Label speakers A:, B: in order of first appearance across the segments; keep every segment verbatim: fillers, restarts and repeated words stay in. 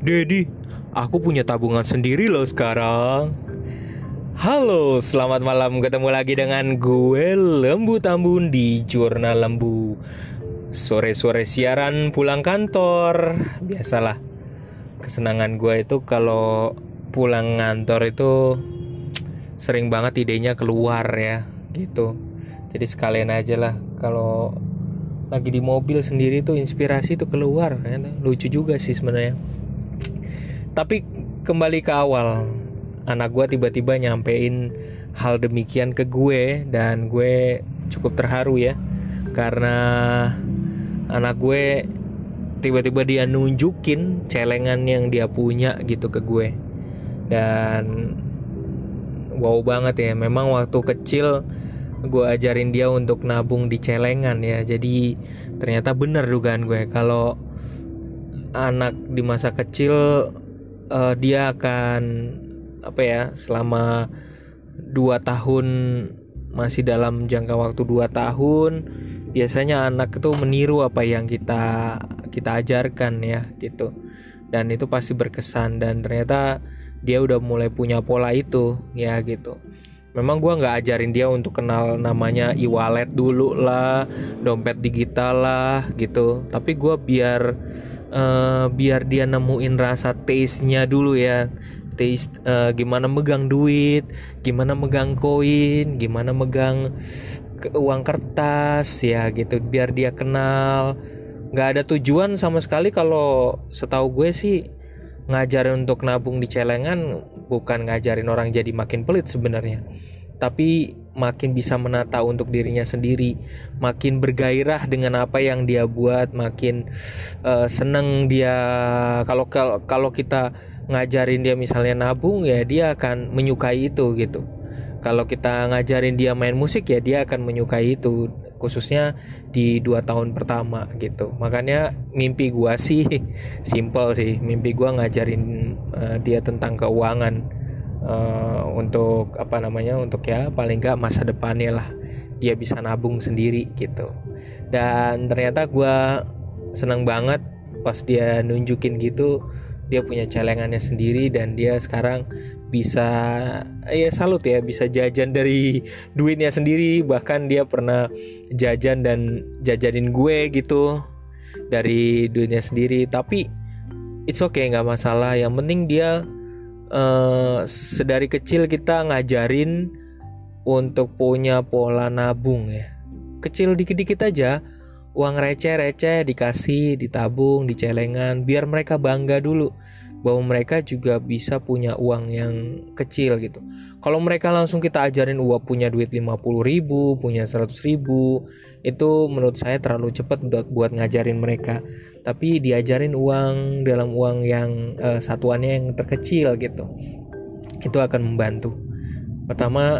A: Dedi, aku punya tabungan sendiri loh sekarang. Halo, selamat malam. Ketemu lagi dengan gue Lembu Tambun di Jurnal Lembu. Sore-sore siaran pulang kantor. Biasalah, kesenangan gue itu kalau pulang kantor itu sering banget idenya keluar ya, gitu. Jadi sekalian aja lah kalau lagi di mobil sendiri tuh inspirasi tuh keluar. Lucu juga sih sebenarnya. Tapi kembali ke awal, anak gue tiba-tiba nyampein hal demikian ke gue dan gue cukup terharu ya, karena anak gue tiba-tiba dia nunjukin celengan yang dia punya gitu ke gue. Dan wow banget ya, memang waktu kecil gue ajarin dia untuk nabung di celengan ya. Jadi ternyata benar dugaan gue, kalau anak di masa kecil uh, dia akan apa ya, selama dua tahun, masih dalam jangka waktu dua tahun, biasanya anak itu meniru apa yang kita kita ajarkan ya gitu. Dan itu pasti berkesan, dan ternyata dia udah mulai punya pola itu ya gitu. Memang gue nggak ajarin dia untuk kenal namanya e-wallet dulu lah, dompet digital lah gitu. Tapi gue biar uh, biar dia nemuin rasa taste-nya dulu ya. Taste uh, gimana megang duit, gimana megang koin, gimana megang ke- uang kertas ya gitu. Biar dia kenal. Nggak ada tujuan sama sekali kalau setahu gue sih ngajarin untuk nabung di celengan, bukan ngajarin orang jadi makin pelit sebenarnya, tapi makin bisa menata untuk dirinya sendiri, makin bergairah dengan apa yang dia buat, makin uh, seneng dia. Kalau kalau kalau kita ngajarin dia misalnya nabung, ya dia akan menyukai itu gitu. Kalau kita ngajarin dia main musik, ya dia akan menyukai itu, khususnya di dua tahun pertama gitu. Makanya mimpi gua sih simple sih, mimpi gua ngajarin uh, dia tentang keuangan, uh, untuk apa namanya, untuk ya paling nggak masa depannya lah dia bisa nabung sendiri gitu. Dan ternyata gua seneng banget pas dia nunjukin gitu, dia punya celengannya sendiri dan dia sekarang bisa, ya salut ya, bisa jajan dari duitnya sendiri. Bahkan dia pernah jajan dan jajanin gue gitu dari duitnya sendiri. Tapi it's okay, nggak masalah. Yang penting dia uh, sedari kecil kita ngajarin untuk punya pola nabung ya. Kecil dikit-dikit aja, uang receh-receh dikasih, ditabung di celengan, biar mereka bangga dulu bahwa mereka juga bisa punya uang yang kecil gitu. Kalau mereka langsung kita ajarin uang punya duit lima puluh ribu, punya seratus ribu, itu menurut saya terlalu cepat buat, buat ngajarin mereka. Tapi diajarin uang dalam uang yang uh, satuannya yang terkecil gitu, itu akan membantu. Pertama,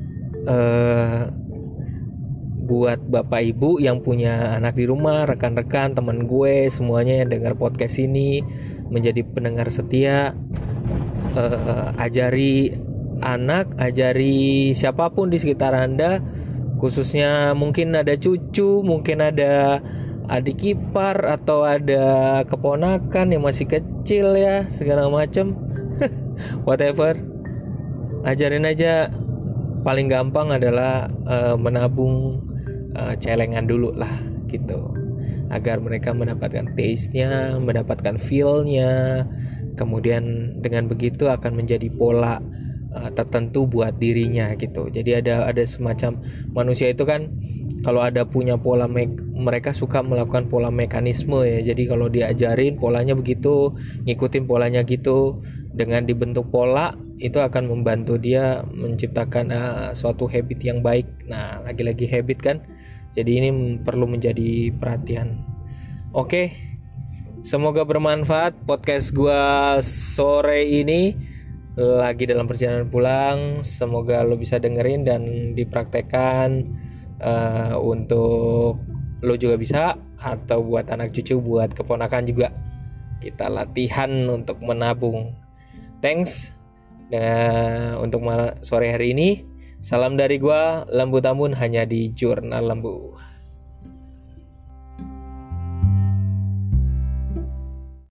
A: uh, buat bapak ibu yang punya anak di rumah, rekan-rekan, teman gue, semuanya yang dengar podcast ini, menjadi pendengar setia, uh, ajari anak, ajari siapapun di sekitar Anda, khususnya mungkin ada cucu, mungkin ada adik ipar, atau ada keponakan yang masih kecil ya, segala macam. Whatever, ajarin aja. Paling gampang adalah uh, menabung uh, celengan dulu lah gitu, agar mereka mendapatkan taste-nya, mendapatkan feel-nya. Kemudian dengan begitu akan menjadi pola uh, tertentu buat dirinya gitu. Jadi ada ada semacam manusia itu kan, kalau ada punya pola me- mereka suka melakukan pola mekanisme ya. Jadi kalau diajarin polanya begitu, ngikutin polanya gitu, dengan dibentuk pola itu akan membantu dia menciptakan uh, suatu habit yang baik. Nah, lagi-lagi habit kan. Jadi ini perlu menjadi perhatian. Oke, semoga bermanfaat podcast gua sore ini. Lagi dalam perjalanan pulang, semoga lo bisa dengerin dan dipraktekkan, uh, untuk lo juga bisa, atau buat anak cucu, buat keponakan juga. Kita latihan untuk menabung. Thanks. Nah, untuk sore hari ini, salam dari gua Lembu Tambun, hanya di Jurnal Lembu.